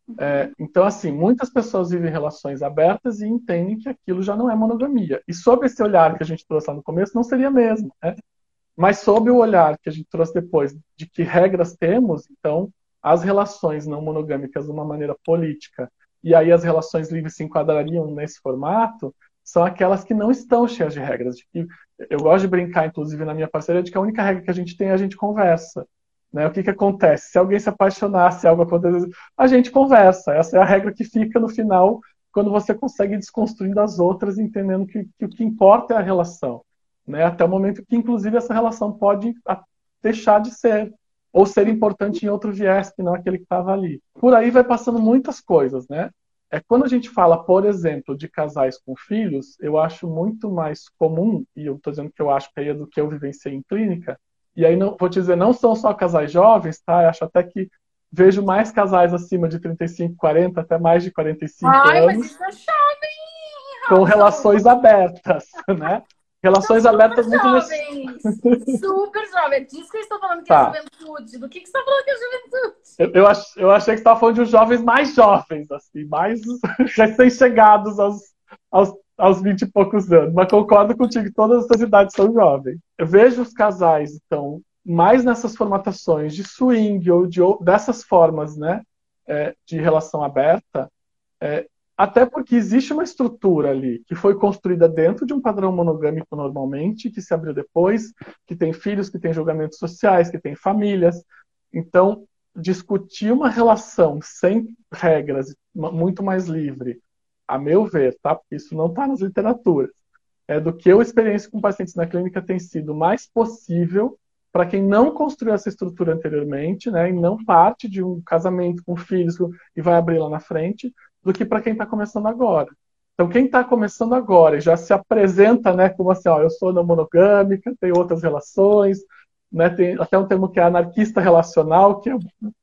Speaker 3: É, então, assim, muitas pessoas vivem relações abertas e entendem que aquilo já não é monogamia. E sob esse olhar que a gente trouxe lá no começo, não seria mesmo, né? Mas sob o olhar que a gente trouxe depois de que regras temos, então, as relações não monogâmicas de uma maneira política, e aí as relações livres se enquadrariam nesse formato, são aquelas que não estão cheias de regras. De que, eu gosto de brincar, inclusive, na minha parceria, de que a única regra que a gente tem é a gente conversa. Né? O que, que acontece? Se alguém se apaixonar, se algo acontecer, a gente conversa. Essa é a regra que fica no final, quando você consegue ir desconstruindo as outras, entendendo que, que o que importa é a relação. Né? Até o momento que, inclusive, essa relação pode deixar de ser, ou ser importante em outro viés, que não aquele que estava ali. Por aí vai passando muitas coisas, né? É, quando a gente fala, por exemplo, de casais com filhos, eu acho muito mais comum, e eu estou dizendo que eu acho que aí é do que eu vivenciei em clínica, e aí não, vou te dizer, não são só casais jovens, tá? Eu acho até que vejo mais casais acima de trinta e cinco, quarenta, até mais de quarenta e cinco
Speaker 1: Ai, mas
Speaker 3: anos,
Speaker 1: isso é jovem,
Speaker 3: com
Speaker 1: Robson.
Speaker 3: relações abertas, né? Relações
Speaker 1: Não,
Speaker 3: abertas muito
Speaker 1: jovens, super jovens. Diz que eu estou falando que
Speaker 3: tá.
Speaker 1: é juventude. Do que, que você está falando que é juventude?
Speaker 3: Eu, eu, ach, eu achei que você estava falando de uns jovens mais jovens, assim, mais recém-chegados aos, aos, aos vinte e poucos anos. Mas concordo contigo, todas essas idades são jovens. Eu vejo os casais, então, mais nessas formatações de swing ou de, dessas formas, né, é, de relação aberta, é, até porque existe uma estrutura ali que foi construída dentro de um padrão monogâmico normalmente, que se abriu depois, que tem filhos, que tem julgamentos sociais, que tem famílias. Então, discutir uma relação sem regras, muito mais livre, a meu ver, tá? Porque isso não está nas literaturas, é do que eu experiência com pacientes na clínica tem sido mais possível para quem não construiu essa estrutura anteriormente, né, e não parte de um casamento com filhos e vai abrir lá na frente, do que para quem está começando agora. Então, quem está começando agora e já se apresenta, né, como assim, ó, eu sou não monogâmica, tenho outras relações, né, tem até um termo que é anarquista relacional, que é,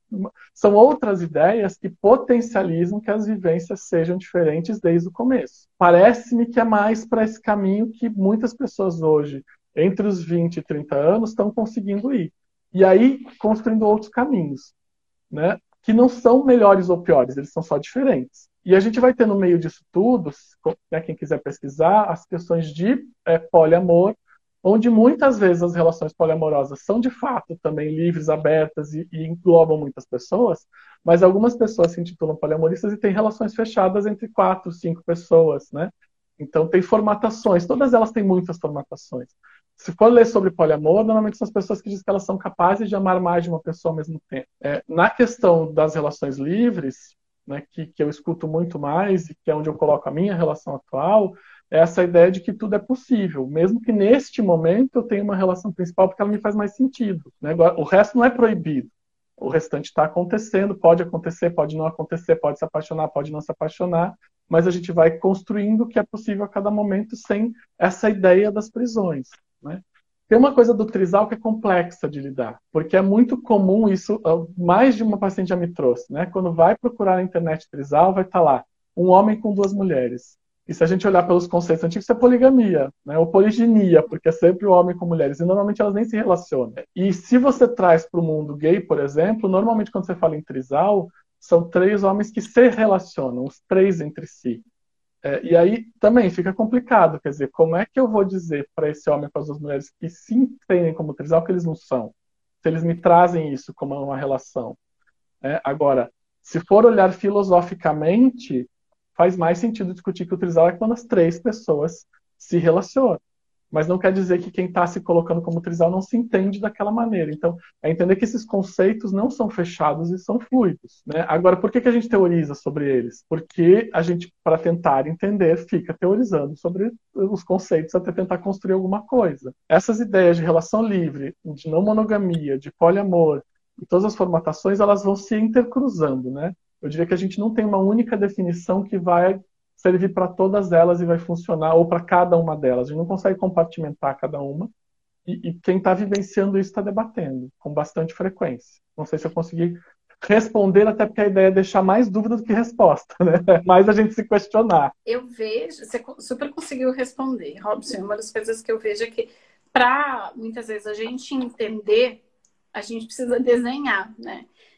Speaker 3: são outras ideias que potencializam que as vivências sejam diferentes desde o começo. Parece-me que é mais para esse caminho que muitas pessoas hoje, entre os vinte e trinta anos, estão conseguindo ir. E aí, construindo outros caminhos, né, que não são melhores ou piores, eles são só diferentes. E a gente vai ter no meio disso tudo, né, quem quiser pesquisar, as questões de é, poliamor, onde muitas vezes as relações poliamorosas são de fato também livres, abertas e, e englobam muitas pessoas, mas algumas pessoas se intitulam poliamoristas e têm relações fechadas entre quatro, cinco pessoas, né? Então tem formatações, todas elas têm muitas formatações. Se for ler sobre poliamor, normalmente são as pessoas que dizem que elas são capazes de amar mais de uma pessoa ao mesmo tempo. É, na questão das relações livres, né, que, que eu escuto muito mais e que é onde eu coloco a minha relação atual, é essa ideia de que tudo é possível, mesmo que neste momento eu tenha uma relação principal porque ela me faz mais sentido. Né? O resto não é proibido. O restante está acontecendo, pode acontecer, pode não acontecer, pode se apaixonar, pode não se apaixonar, mas a gente vai construindo o que é possível a cada momento sem essa ideia das prisões. Né? Tem uma coisa do trisal que é complexa de lidar, porque é muito comum isso, mais de uma paciente já me trouxe, né? Quando vai procurar na internet trisal, vai estar lá, um homem com duas mulheres. E se a gente olhar pelos conceitos antigos, isso é poligamia, né? Ou poliginia, porque é sempre o homem com mulheres, e normalmente elas nem se relacionam. E se você traz para o mundo gay, por exemplo, normalmente quando você fala em trisal, são três homens que se relacionam, os três entre si. É, e aí também fica complicado, quer dizer, como é que eu vou dizer para esse homem com as duas mulheres que se entendem como trisal que eles não são? Se eles me trazem isso como uma relação. É, agora, se for olhar filosoficamente, faz mais sentido discutir que o trisal é quando as três pessoas se relacionam. Mas não quer dizer que quem está se colocando como trisal não se entende daquela maneira. Então, é entender que esses conceitos não são fechados e são fluidos. Né? Agora, por que, que a gente teoriza sobre eles? Porque a gente, para tentar entender, fica teorizando sobre os conceitos até tentar construir alguma coisa. Essas ideias de relação livre, de não monogamia, de poliamor, e todas as formatações, elas vão se intercruzando. Né? Eu diria que a gente não tem uma única definição que vai servir para todas elas e vai funcionar, ou para cada uma delas. A gente não consegue compartimentar cada uma. E, e quem está vivenciando isso está debatendo com bastante frequência. Não sei se eu consegui responder, até porque a ideia é deixar mais dúvida do que resposta, né? Mais a gente se questionar.
Speaker 1: Eu vejo, você super conseguiu responder, Robson. Uma das coisas que eu vejo é que, para muitas vezes a gente entender, a gente precisa desenhar, né?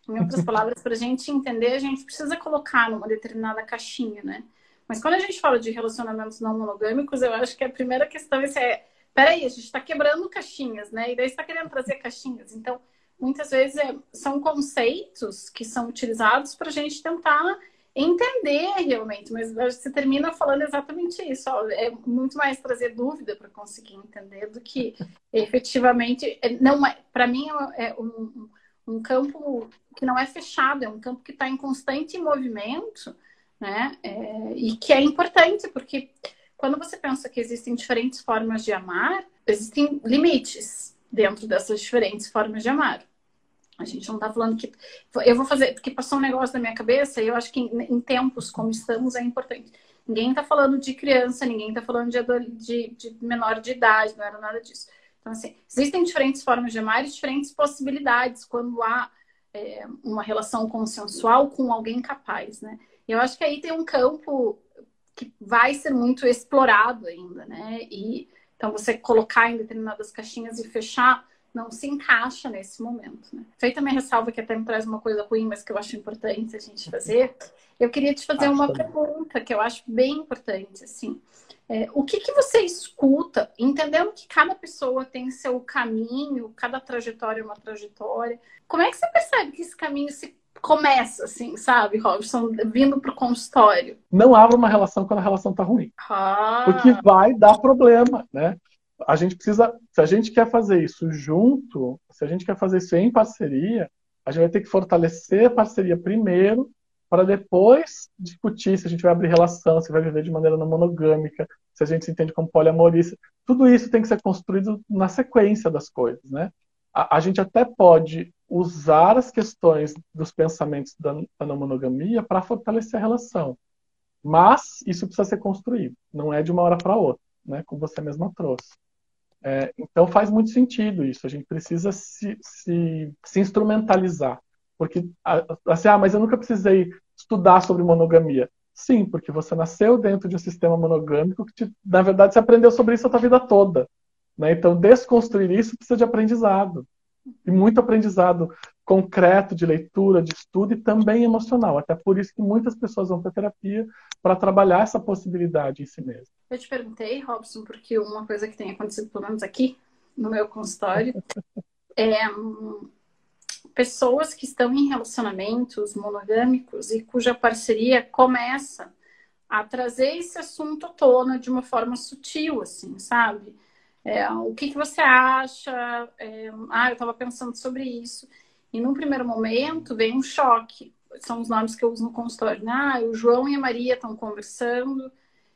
Speaker 1: Em outras palavras, para a gente entender, a gente precisa colocar numa determinada caixinha, né? Mas quando a gente fala de relacionamentos não monogâmicos, eu acho que a primeira questão é, peraí, a gente está quebrando caixinhas, né? E daí você está querendo trazer caixinhas. Então, muitas vezes é, são conceitos que são utilizados para a gente tentar entender realmente, mas você termina falando exatamente isso. Ó, é muito mais trazer dúvida para conseguir entender do que efetivamente não é. Para mim é um, um campo que não é fechado, é um campo que está em constante movimento, né? É, e que é importante porque quando você pensa que existem diferentes formas de amar, existem limites dentro dessas diferentes formas de amar. A gente não tá falando que... Eu vou fazer... Porque passou um negócio na minha cabeça e eu acho que em, em tempos como estamos é importante. Ninguém tá falando de criança, ninguém tá falando de, de, de menor de idade, não era nada disso. Então, assim, existem diferentes formas de amar e diferentes possibilidades quando há é, uma relação consensual com alguém capaz, né? E eu acho que aí tem um campo que vai ser muito explorado ainda, né? E, então, você colocar em determinadas caixinhas e fechar não se encaixa nesse momento, né? Feita a minha ressalva, que até me traz uma coisa ruim, mas que eu acho importante a gente fazer, eu queria te fazer acho uma também. pergunta que eu acho bem importante, assim. É, o que, que você escuta, entendendo que cada pessoa tem seu caminho, cada trajetória é uma trajetória, como é que você percebe que esse caminho se começa, assim, sabe, Robson, vindo para o consultório?
Speaker 3: Não abra uma relação quando a relação tá ruim.
Speaker 1: Ah.
Speaker 3: Porque vai dar problema, né? A gente precisa, se a gente quer fazer isso junto, se a gente quer fazer isso em parceria, a gente vai ter que fortalecer a parceria primeiro, para depois discutir se a gente vai abrir relação, se vai viver de maneira não monogâmica, se a gente se entende como poliamorista. Tudo isso tem que ser construído na sequência das coisas, né? A, a gente até pode usar as questões dos pensamentos da, da não monogamia para fortalecer a relação, mas isso precisa ser construído, não é de uma hora para outra, né? Como você mesma trouxe. É, então faz muito sentido isso, a gente precisa se, se, se instrumentalizar, porque assim, ah, mas eu nunca precisei estudar sobre monogamia. Sim, porque você nasceu dentro de um sistema monogâmico que, te, na verdade, você aprendeu sobre isso a sua vida toda, né? Então desconstruir isso precisa de aprendizado, e muito aprendizado concreto de leitura, de estudo e também emocional. Até por isso que muitas pessoas vão para terapia para trabalhar essa possibilidade em si mesmo.
Speaker 1: Eu te perguntei, Robson, porque uma coisa que tem acontecido, pelo menos aqui no meu consultório, é um, pessoas que estão em relacionamentos monogâmicos e cuja parceria começa a trazer esse assunto à tona de uma forma sutil, assim, sabe? É, o que, que você acha? É, ah, eu estava pensando sobre isso. E num primeiro momento vem um choque. São os nomes que eu uso no consultório. Ah, o João e a Maria estão conversando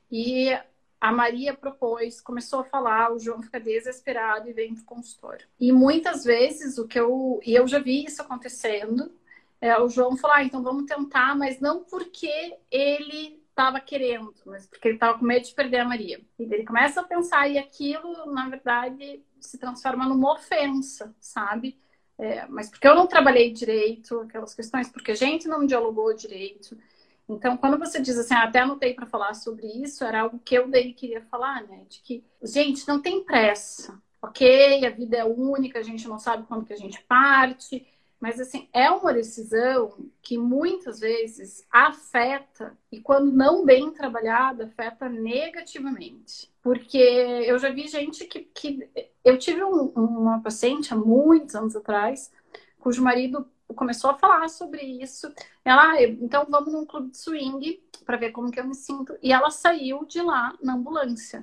Speaker 1: e a Maria propôs, começou a falar, o João fica desesperado e vem para o consultório. E muitas vezes o que eu... E eu já vi isso acontecendo. É, o João falou, ah, então vamos tentar, mas não porque ele estava querendo, mas porque ele estava com medo de perder a Maria. E ele começa a pensar e aquilo, na verdade, se transforma numa ofensa, sabe? É, mas porque eu não trabalhei direito, aquelas questões, porque a gente não dialogou direito. Então, quando você diz assim, ah, até anotei para falar sobre isso, era algo que eu daí queria falar, né? De que, gente, não tem pressa, ok? A vida é única, a gente não sabe quando que a gente parte. Mas, assim, é uma decisão que muitas vezes afeta, e quando não bem trabalhada, afeta negativamente. Porque eu já vi gente que... que... Eu tive um, uma paciente há muitos anos atrás, cujo marido começou a falar sobre isso. Ela, ah, então vamos num clube de swing para ver como que eu me sinto. E ela saiu de lá na ambulância.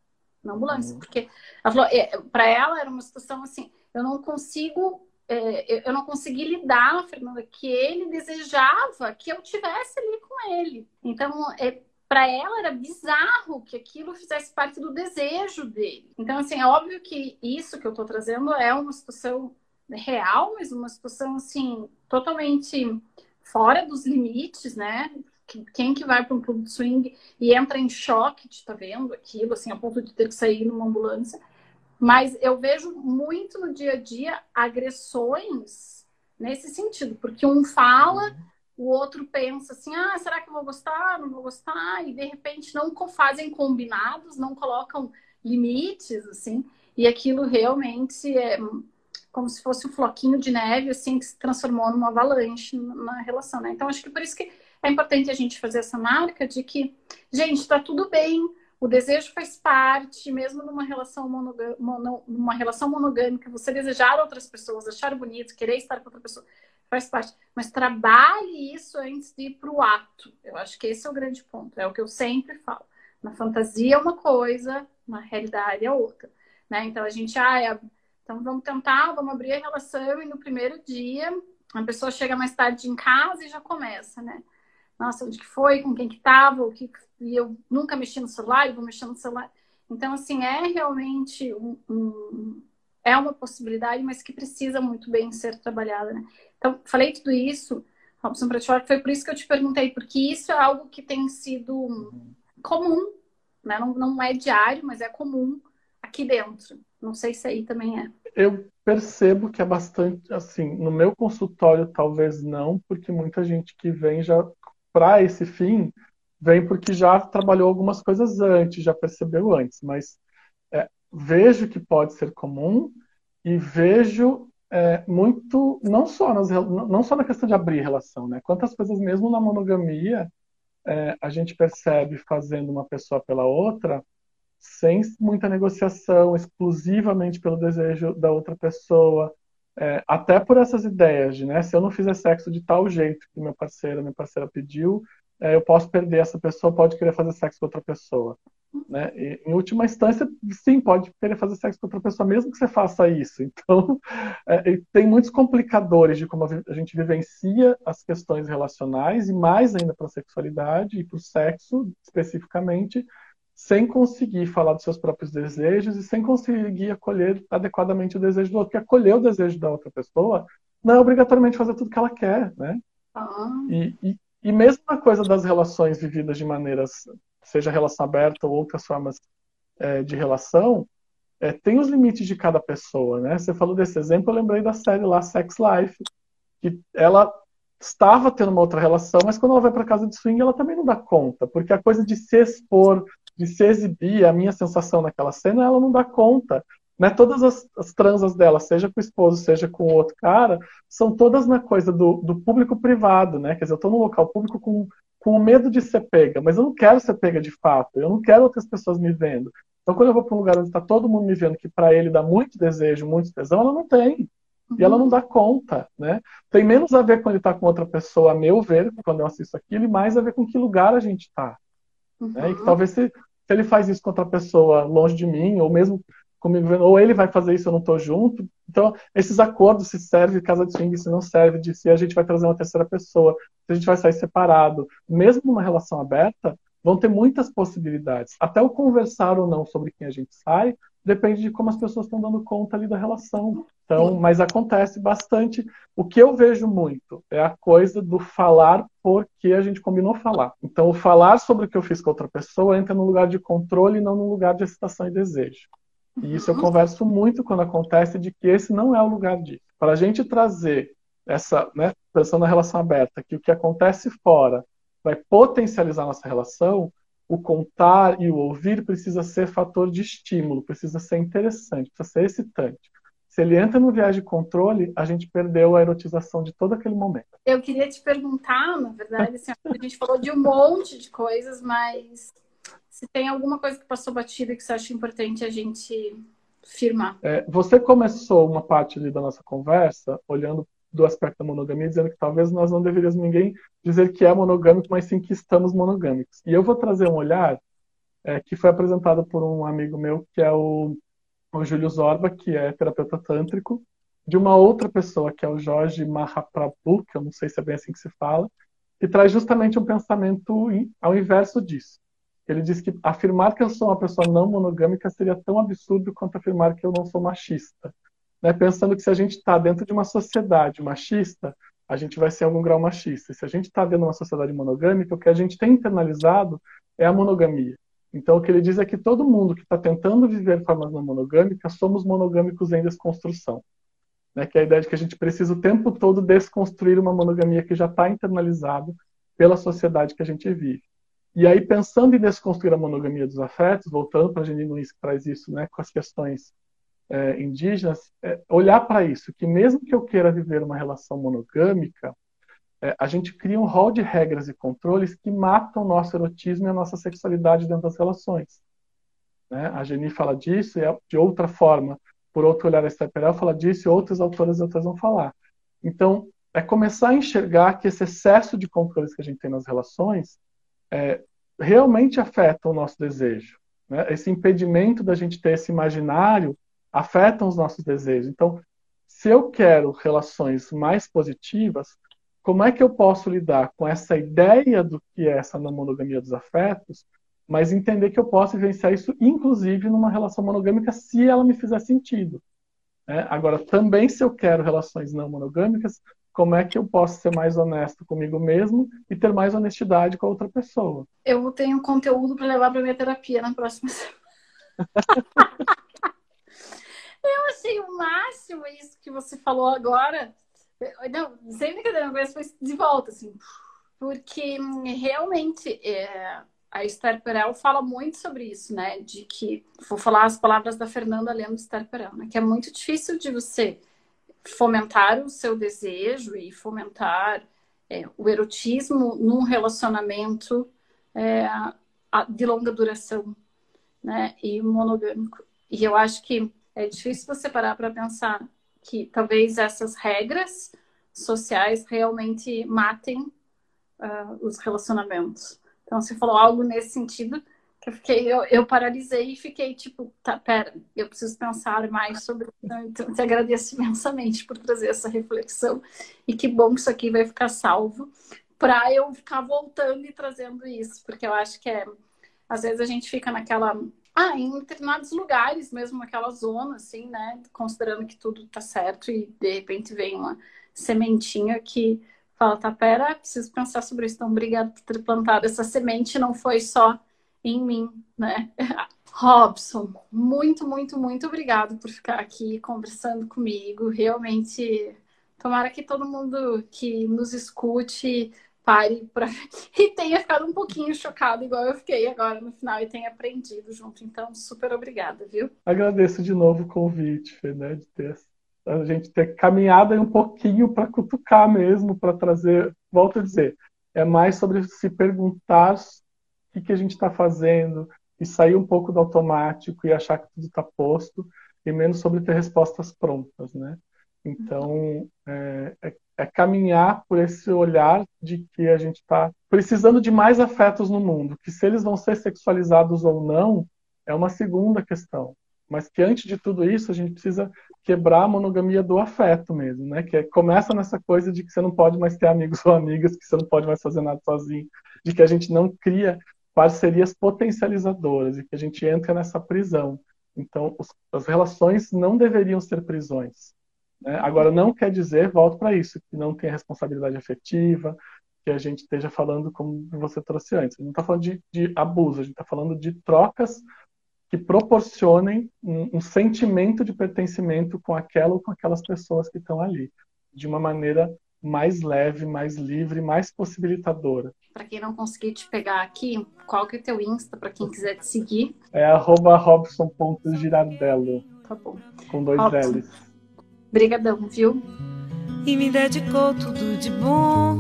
Speaker 1: Na ambulância. Uhum. Porque ela falou, é, para ela era uma situação assim, eu não consigo... É, eu não consegui lidar, Fernanda, que ele desejava que eu tivesse ali com ele. Então, é, para ela era bizarro que aquilo fizesse parte do desejo dele. Então, assim, é óbvio que isso que eu estou trazendo é uma situação real, mas uma situação, assim, totalmente fora dos limites, né? Quem que vai para um clube de swing e entra em choque de estar vendo aquilo, assim, a ponto de ter que sair numa ambulância. Mas eu vejo muito no dia a dia agressões nesse sentido, porque um fala, o outro pensa assim, ah, será que eu vou gostar? Não vou gostar? E de repente não fazem combinados, não colocam limites, assim, e aquilo realmente é, como se fosse um floquinho de neve, assim, que se transformou numa avalanche na relação, né? Então, acho que por isso que é importante a gente fazer essa marca de que, gente, tá tudo bem, o desejo faz parte, mesmo numa relação, monogâmica, mono, numa relação monogâmica, você desejar outras pessoas, achar bonito, querer estar com outra pessoa, faz parte. Mas trabalhe isso antes de ir para o ato. Eu acho que esse é o grande ponto, é o que eu sempre falo. Na fantasia é uma coisa, na realidade é outra, né? Então, a gente, ah, é... Então, vamos tentar, vamos abrir a relação e no primeiro dia a pessoa chega mais tarde em casa e já começa, né? Nossa, onde que foi, com quem que tava, o que... e eu nunca mexi no celular, eu vou mexer no celular. Então, assim, é realmente um, um... é uma possibilidade, mas que precisa muito bem ser trabalhada, né? Então, falei tudo isso, Robson, para te falar, foi por isso que eu te perguntei, porque isso é algo que tem sido comum, né? Não, não é diário, mas é comum aqui dentro. Não sei se aí também é.
Speaker 3: Eu percebo que é bastante, assim, no meu consultório talvez não, porque muita gente que vem já para esse fim, vem porque já trabalhou algumas coisas antes, já percebeu antes, mas é, vejo que pode ser comum e vejo é, muito, não só, nas, não só na questão de abrir relação, né? Quantas coisas mesmo na monogamia é, a gente percebe fazendo uma pessoa pela outra, sem muita negociação, exclusivamente pelo desejo da outra pessoa, é, até por essas ideias de, né, se eu não fizer sexo de tal jeito que meu parceiro, minha parceira pediu, é, eu posso perder essa pessoa, pode querer fazer sexo com outra pessoa. Né? E, em última instância, sim, pode querer fazer sexo com outra pessoa, mesmo que você faça isso. Então, é, tem muitos complicadores de como a gente vivencia as questões relacionais, e mais ainda para a sexualidade e para o sexo, especificamente, sem conseguir falar dos seus próprios desejos e sem conseguir acolher adequadamente o desejo do outro. Porque acolher o desejo da outra pessoa não é obrigatoriamente fazer tudo que ela quer, né?
Speaker 1: Uhum.
Speaker 3: E, e, e mesmo a coisa das relações vividas de maneiras, seja relação aberta ou outras formas é, de relação, é, tem os limites de cada pessoa, né? Você falou desse exemplo, eu lembrei da série lá, Sex Life, que ela estava tendo uma outra relação, mas quando ela vai para casa de swing, ela também não dá conta, porque a coisa de se expor, de se exibir, a minha sensação naquela cena, ela não dá conta. Né? Todas as, as transas dela, seja com o esposo, seja com o outro cara, são todas na coisa do, do público privado, né? Quer dizer, eu estou num local público com, com o medo de ser pega, mas eu não quero ser pega de fato, eu não quero outras pessoas me vendo. Então, quando eu vou para um lugar onde está todo mundo me vendo, que para ele dá muito desejo, muito tesão, ela não tem. E ela não dá conta, né? Tem menos a ver com ele estar com outra pessoa, a meu ver, quando eu assisto aquilo, e mais a ver com que lugar a gente está.
Speaker 1: Uhum.
Speaker 3: Né? E que talvez se, se ele faz isso com outra pessoa longe de mim, ou mesmo comigo vendo, ou ele vai fazer isso, eu não estou junto. Então, esses acordos, se serve casa de swing, se não serve, de se a gente vai trazer uma terceira pessoa, se a gente vai sair separado, mesmo numa relação aberta, vão ter muitas possibilidades. Até o conversar ou não sobre quem a gente sai, depende de como as pessoas estão dando conta ali da relação. Então, mas acontece bastante. O que eu vejo muito é a coisa do falar porque a gente combinou falar. Então, o falar sobre o que eu fiz com outra pessoa entra no lugar de controle e não no lugar de excitação e desejo. E isso eu converso muito quando acontece, de que esse não é o lugar disso. Para a gente trazer essa, né, pensando na relação aberta, que o que acontece fora vai potencializar nossa relação, o contar e o ouvir precisa ser fator de estímulo, precisa ser interessante, precisa ser excitante. Se ele entra no viés de controle, a gente perdeu a erotização de todo aquele momento.
Speaker 1: Eu queria te perguntar, na verdade, assim, a gente falou de um monte de coisas, mas se tem alguma coisa que passou batida que você acha importante a gente firmar.
Speaker 3: É, você começou uma parte ali da nossa conversa, olhando do aspecto da monogamia, dizendo que talvez nós não deveríamos ninguém dizer que é monogâmico, mas sim que estamos monogâmicos. E eu vou trazer um olhar é, que foi apresentado por um amigo meu, que é o, o Júlio Zorba, que é terapeuta tântrico, de uma outra pessoa, que é o Jorge Mahaprabhu, que eu não sei se é bem assim que se fala, que traz justamente um pensamento ao inverso disso. Ele diz que afirmar que eu sou uma pessoa não monogâmica seria tão absurdo quanto afirmar que eu não sou machista. Né? Pensando que se a gente está dentro de uma sociedade machista, a gente vai ser em algum grau machista. E se a gente está dentro de uma sociedade monogâmica, o que a gente tem internalizado é a monogamia. Então, o que ele diz é que todo mundo que está tentando viver formas não monogâmicas, somos monogâmicos em desconstrução. Né? Que é a ideia de que a gente precisa o tempo todo desconstruir uma monogamia que já está internalizada pela sociedade que a gente vive. E aí, pensando em desconstruir a monogamia dos afetos, voltando para a Janine Luiz, que traz isso, né, com as questões é, indígenas, é, olhar para isso, que mesmo que eu queira viver uma relação monogâmica, é, a gente cria um rol de regras e controles que matam o nosso erotismo e a nossa sexualidade dentro das relações. Né? A Geni fala disso, e de outra forma, por outro olhar, a Esther Perel fala disso, e outras autoras e outras vão falar. Então, é começar a enxergar que esse excesso de controles que a gente tem nas relações é, realmente afeta o nosso desejo. Né? Esse impedimento da gente ter esse imaginário afeta os nossos desejos. Então, se eu quero relações mais positivas, como é que eu posso lidar com essa ideia do que é essa não monogamia dos afetos, mas entender que eu posso vivenciar isso, inclusive, numa relação monogâmica, se ela me fizer sentido. Né? Agora, também, se eu quero relações não monogâmicas, como é que eu posso ser mais honesto comigo mesmo e ter mais honestidade com a outra pessoa?
Speaker 1: Eu tenho conteúdo para levar para minha terapia na próxima semana. Eu achei o máximo isso que você falou agora. Não, sem brincadeira, mas foi de volta, assim. Porque realmente é, a Esther Perel fala muito sobre isso, né? De que, vou falar as palavras da Fernanda lendo Esther Perel, né? Que é muito difícil de você fomentar o seu desejo e fomentar é, o erotismo num relacionamento é, de longa duração, né? E monogâmico. E eu acho que é difícil você parar para pensar que talvez essas regras sociais realmente matem uh, os relacionamentos. Então, você falou algo nesse sentido que eu fiquei, eu, eu paralisei e fiquei tipo, tá, pera, eu preciso pensar mais sobre isso. Então, te agradeço imensamente por trazer essa reflexão e que bom que isso aqui vai ficar salvo para eu ficar voltando e trazendo isso, porque eu acho que é, às vezes a gente fica naquela Ah, em determinados lugares, mesmo naquela zona, assim, né? Considerando que tudo tá certo e de repente vem uma sementinha que fala, tá, pera, preciso pensar sobre isso. Então, obrigada por ter plantado essa semente, não foi só em mim, né? Robson, muito, muito, muito obrigado por ficar aqui conversando comigo. Realmente, tomara que todo mundo que nos escute pare pra... e tenha ficado um pouquinho chocado, igual eu fiquei agora no final, e tenha aprendido junto. Então, super obrigada, viu?
Speaker 3: Agradeço de novo o convite, Fê, né, de ter a gente ter caminhado aí um pouquinho para cutucar mesmo, para trazer, volto a dizer, é mais sobre se perguntar o que, que a gente está fazendo e sair um pouco do automático e achar que tudo está posto, e menos sobre ter respostas prontas, né? Então, é, é É caminhar por esse olhar de que a gente está precisando de mais afetos no mundo, que se eles vão ser sexualizados ou não, é uma segunda questão. Mas que antes de tudo isso, a gente precisa quebrar a monogamia do afeto mesmo, né? Que é, começa nessa coisa de que você não pode mais ter amigos ou amigas, que você não pode mais fazer nada sozinho, de que a gente não cria parcerias potencializadoras e que a gente entra nessa prisão. Então, os, as relações não deveriam ser prisões. Agora, não quer dizer, volto para isso, que não tem responsabilidade afetiva, que a gente esteja falando como você trouxe antes. A gente não está falando de, de abuso, a gente está falando de trocas que proporcionem um, um sentimento de pertencimento com aquela ou com aquelas pessoas que estão ali, de uma maneira mais leve, mais livre, mais possibilitadora.
Speaker 1: Para quem não conseguir te pegar aqui, qual que é o teu Insta, para quem quiser te seguir?
Speaker 3: É arroba robson ponto girardello.
Speaker 1: Tá bom.
Speaker 3: Com dois
Speaker 1: Robson.
Speaker 3: L's.
Speaker 1: Brigadão, viu?
Speaker 4: E me dedicou tudo de bom,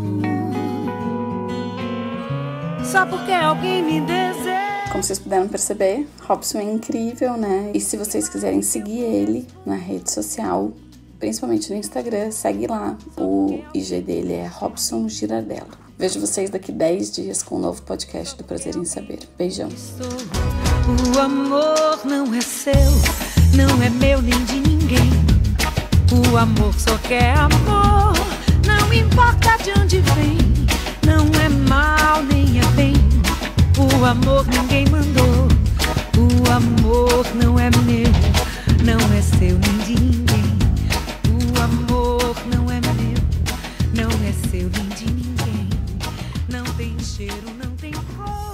Speaker 4: só porque alguém me deseja.
Speaker 1: Como vocês puderam perceber, Robson é incrível, né? E se vocês quiserem seguir ele na rede social, principalmente no Instagram, segue lá. O I G dele é Robson Girardello. Vejo vocês daqui dez dias com um novo podcast do Prazer em Saber. Beijão.
Speaker 4: O amor não é seu, não é meu nem de ninguém. O amor só quer amor, não importa de onde vem. Não é mal nem é bem. O amor ninguém mandou. O amor não é meu, não é seu nem de ninguém. O amor não é meu, não é seu nem de ninguém. Não tem cheiro, não tem cor.